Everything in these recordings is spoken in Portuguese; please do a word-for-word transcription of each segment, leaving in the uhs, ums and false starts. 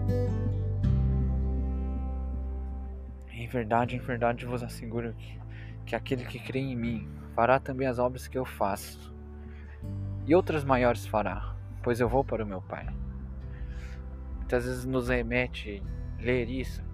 Em verdade, em verdade vos asseguro que, que aquele que crê em mim fará também as obras que eu faço, e outras maiores fará, pois eu vou para o meu Pai. Muitas vezes nos remete ler isso,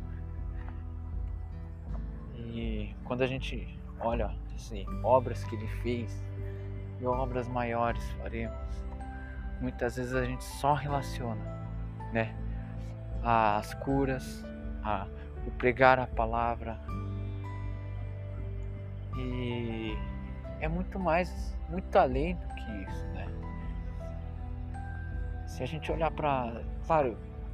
e quando a gente olha assim, obras que ele fez e obras maiores faremos, muitas vezes a gente só relaciona, né, as curas, a, o pregar a palavra, e é muito mais, muito além do que isso, né? Se a gente olhar para, claro,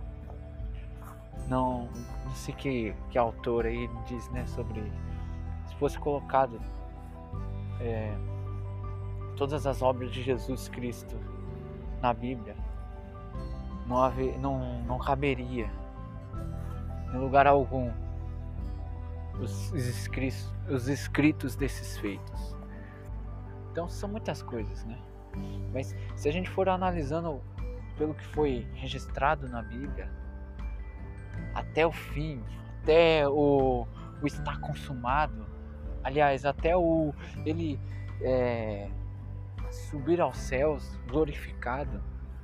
não, não sei que, que autor aí diz, né, sobre se fosse colocado é, todas as obras de Jesus Cristo na Bíblia, não, haver, não, não caberia em lugar algum os escritos, os escritos desses feitos. Então são muitas coisas, né? Mas se a gente for analisando pelo que foi registrado na Bíblia, até o fim, até o, o estar consumado, aliás, até o ele é, subir aos céus glorificado,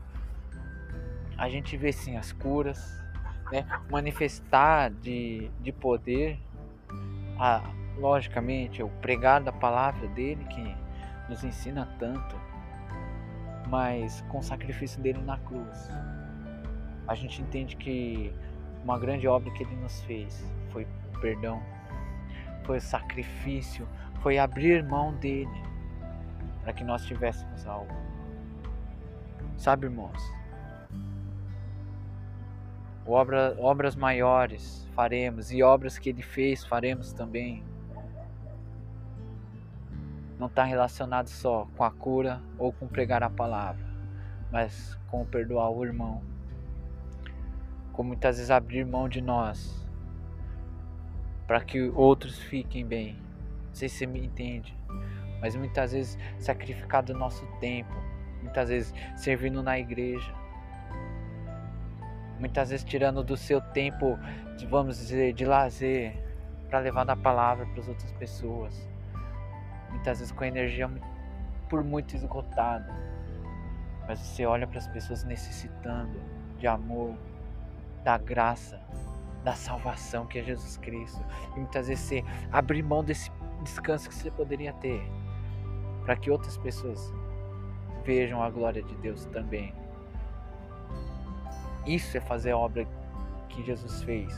a gente vê sim as curas, né? Manifestar de, de poder, a, logicamente o pregar da palavra dele que nos ensina tanto, mas com o sacrifício dele na cruz, a gente entende que uma grande obra que ele nos fez foi o perdão, foi o sacrifício, foi abrir mão dele para que nós tivéssemos algo. Sabe, irmãos, obra, obras maiores faremos, e obras que ele fez faremos também. Não está relacionado só com a cura ou com pregar a palavra, mas com perdoar o irmão, com muitas vezes abrir mão de nós para que outros fiquem bem. Não sei se você me entende, mas muitas vezes sacrificar do nosso tempo, muitas vezes servindo na igreja, muitas vezes tirando do seu tempo, de, vamos dizer, de lazer, para levar a palavra para as outras pessoas, muitas vezes com a energia por muito esgotada, mas você olha para as pessoas necessitando de amor, da graça, da salvação que é Jesus Cristo, e muitas vezes você abre mão desse descanso que você poderia ter para que outras pessoas vejam a glória de Deus também. Isso é fazer a obra que Jesus fez.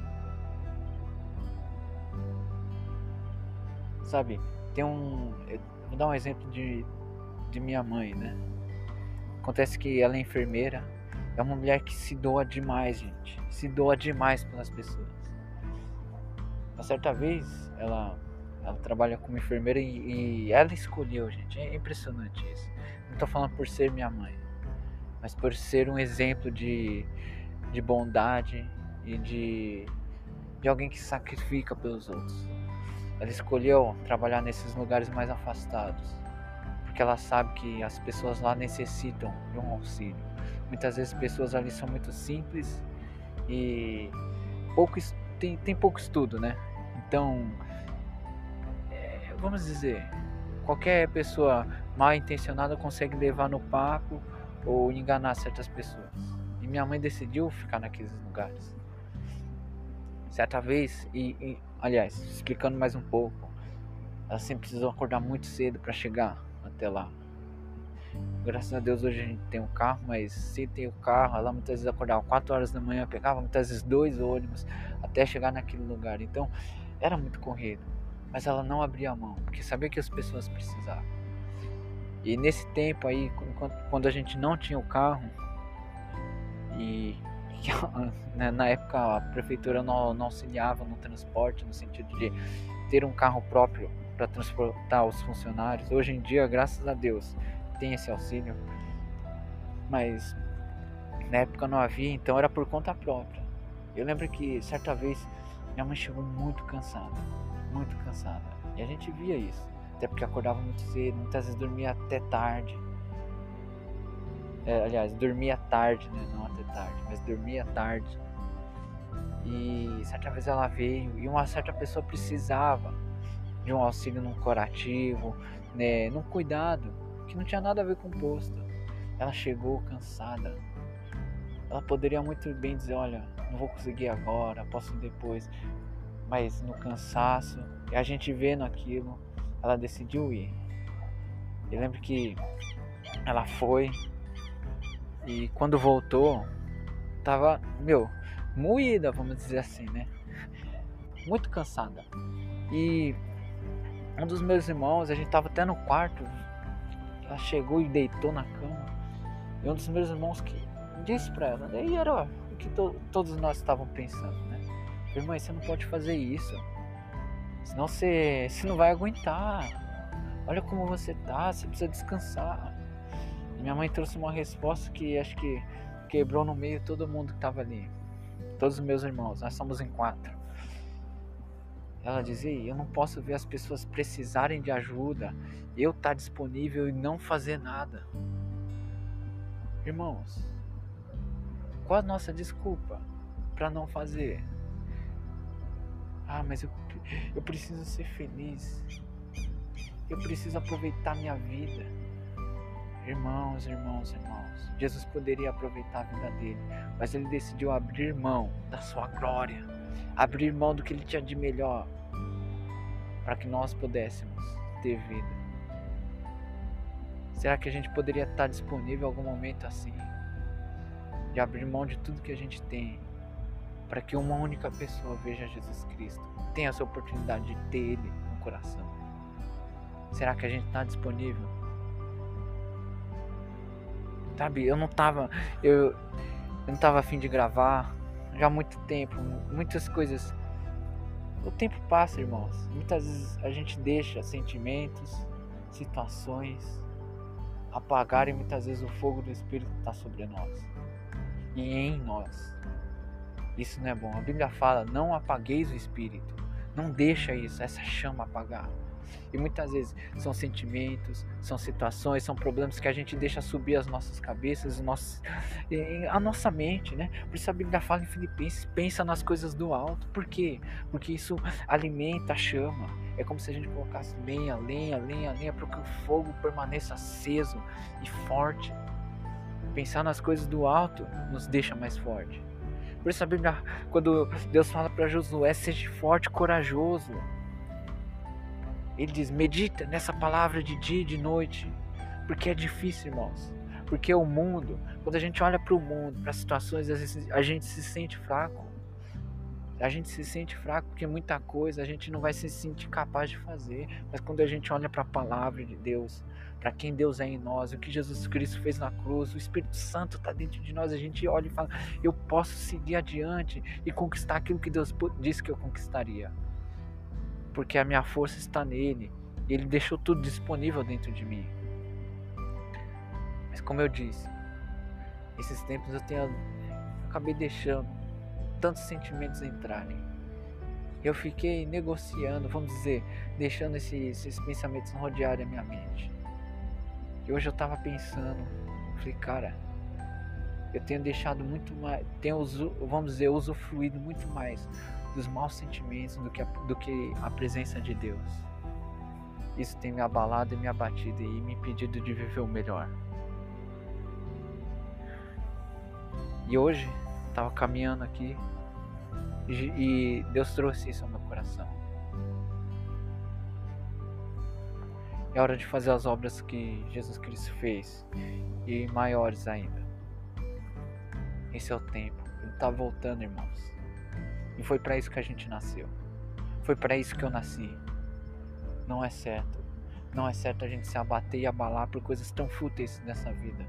Sabe, tem um, eu vou dar um exemplo de, de minha mãe, né? Acontece que ela é enfermeira, é uma mulher que se doa demais, gente, se doa demais pelas pessoas. Uma certa vez, ela, ela trabalha como enfermeira e, e ela escolheu, gente, é impressionante isso. Não tô falando por ser minha mãe, mas por ser um exemplo de, de bondade e de, de alguém que sacrifica pelos outros. Ela escolheu trabalhar nesses lugares mais afastados, porque ela sabe que as pessoas lá necessitam de um auxílio. Muitas vezes pessoas ali são muito simples e pouco, tem, tem pouco estudo, né? Então, é, vamos dizer, qualquer pessoa mal intencionada consegue levar no papo ou enganar certas pessoas. E minha mãe decidiu ficar naqueles lugares. Certa vez, e, e aliás, explicando mais um pouco, ela sempre precisou acordar muito cedo para chegar até lá. Graças a Deus hoje a gente tem um carro, mas se tem o carro, ela muitas vezes acordava quatro horas da manhã, pegava muitas vezes dois ônibus até chegar naquele lugar. Então era muito corrido, mas ela não abria a mão, porque sabia que as pessoas precisavam. E nesse tempo aí, quando a gente não tinha o carro, e na época a prefeitura não, não auxiliava no transporte, no sentido de ter um carro próprio para transportar os funcionários. Hoje em dia, graças a Deus, tem esse auxílio, mas na época não havia, então era por conta própria. Eu lembro que certa vez minha mãe chegou muito cansada, muito cansada, e a gente via isso, até porque acordava muito cedo, muitas vezes dormia até tarde, é, aliás, dormia tarde, né, não até tarde, mas dormia tarde. E certa vez ela veio e uma certa pessoa precisava de um auxílio num curativo, né, num cuidado que não tinha nada a ver com o posto. Ela chegou cansada. Ela poderia muito bem dizer, olha, não vou conseguir agora, posso ir depois. Mas no cansaço, e a gente vendo aquilo, ela decidiu ir. Eu lembro que ela foi e quando voltou, tava, meu, moída, vamos dizer assim, né? Muito cansada. E um dos meus irmãos, a gente tava até no quarto, ela chegou e deitou na cama. E um dos meus irmãos que disse pra ela, daí era o que to- todos nós estavam pensando, né? Irmã, você não pode fazer isso, senão você, você não vai aguentar. Olha como você tá, você precisa descansar. E minha mãe trouxe uma resposta que acho que quebrou no meio todo mundo que tava ali. Todos os meus irmãos, nós somos em quatro. Ela dizia, eu não posso ver as pessoas precisarem de ajuda, eu estar tá disponível e não fazer nada. Irmãos, qual a nossa desculpa para não fazer? Ah, mas eu, eu preciso ser feliz. Eu preciso aproveitar minha vida. Irmãos, irmãos, irmãos, Jesus poderia aproveitar a vida dele, mas ele decidiu abrir mão da sua glória, abrir mão do que ele tinha de melhor, para que nós pudéssemos ter vida. Será que a gente poderia estar disponível em algum momento assim, de abrir mão de tudo que a gente tem, para que uma única pessoa veja Jesus Cristo, tenha essa oportunidade de ter Ele no coração? Será que a gente está disponível? Sabe, eu não tava, eu, eu não tava a fim de gravar já há muito tempo, muitas coisas. O tempo passa, irmãos. Muitas vezes a gente deixa sentimentos, situações apagarem muitas vezes o fogo do Espírito que está sobre nós e em nós. Isso não é bom. A Bíblia fala, não apagueis o Espírito. Não deixa isso, essa chama apagar. E muitas vezes são sentimentos, são situações, são problemas que a gente deixa subir as nossas cabeças, o nosso, a nossa mente, né? Por isso a Bíblia fala em Filipenses, pensa nas coisas do alto. Por quê? Porque isso alimenta a chama. É como se a gente colocasse lenha, lenha, lenha, lenha, para que o fogo permaneça aceso e forte. Pensar nas coisas do alto nos deixa mais forte. Por isso a Bíblia, quando Deus fala para Josué, seja forte e corajoso, Ele diz, medita nessa palavra de dia e de noite, porque é difícil, irmãos. Porque o mundo, quando a gente olha para o mundo, para as situações, às vezes a gente se sente fraco. A gente se sente fraco porque muita coisa a gente não vai se sentir capaz de fazer. Mas quando a gente olha para a palavra de Deus, para quem Deus é em nós, o que Jesus Cristo fez na cruz, o Espírito Santo está dentro de nós, a gente olha e fala, eu posso seguir adiante e conquistar aquilo que Deus disse que eu conquistaria. Porque a minha força está nele. E ele deixou tudo disponível dentro de mim. Mas como eu disse, esses tempos eu tenho eu acabei deixando tantos sentimentos entrarem. Eu fiquei negociando, vamos dizer, deixando esses, esses pensamentos rodearem a minha mente. E hoje eu estava pensando, falei, cara, eu tenho deixado muito mais, tenho, vamos dizer, usufruído muito mais dos maus sentimentos do que, a, do que a presença de Deus. Isso tem me abalado e me abatido e me impedido de viver o melhor. E hoje, estava caminhando aqui e, e Deus trouxe isso ao meu coração. É hora de fazer as obras que Jesus Cristo fez e maiores ainda. Esse é o tempo. Ele está voltando, irmãos. E foi para isso que a gente nasceu. Foi para isso que eu nasci. Não é certo. Não é certo a gente se abater e abalar por coisas tão fúteis nessa vida.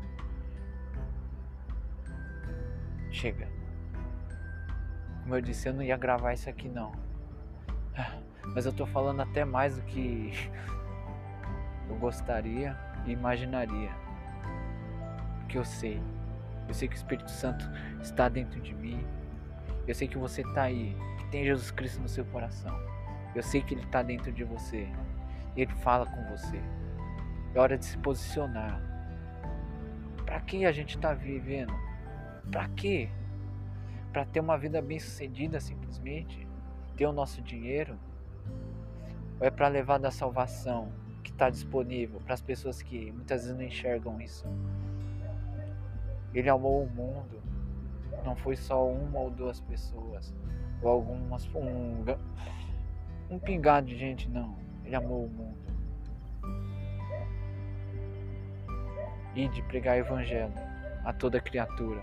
Chega. Como eu disse, eu não ia gravar isso aqui não. Mas eu tô falando até mais do que eu gostaria e imaginaria. Porque eu sei. Eu sei que o Espírito Santo está dentro de mim. Eu sei que você está aí, que tem Jesus Cristo no seu coração. Eu sei que Ele está dentro de você. Ele fala com você. É hora de se posicionar. Para quem a gente está vivendo? Pra quê? Pra ter uma vida bem-sucedida simplesmente? Ter o nosso dinheiro? Ou é pra levar da salvação que está disponível para as pessoas que muitas vezes não enxergam isso? Ele amou o mundo. Não foi só uma ou duas pessoas, ou algumas, um, um pingado de gente, não. Ele amou o mundo. E de pregar o evangelho a toda criatura,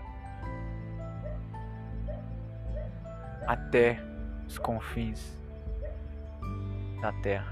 até os confins da terra.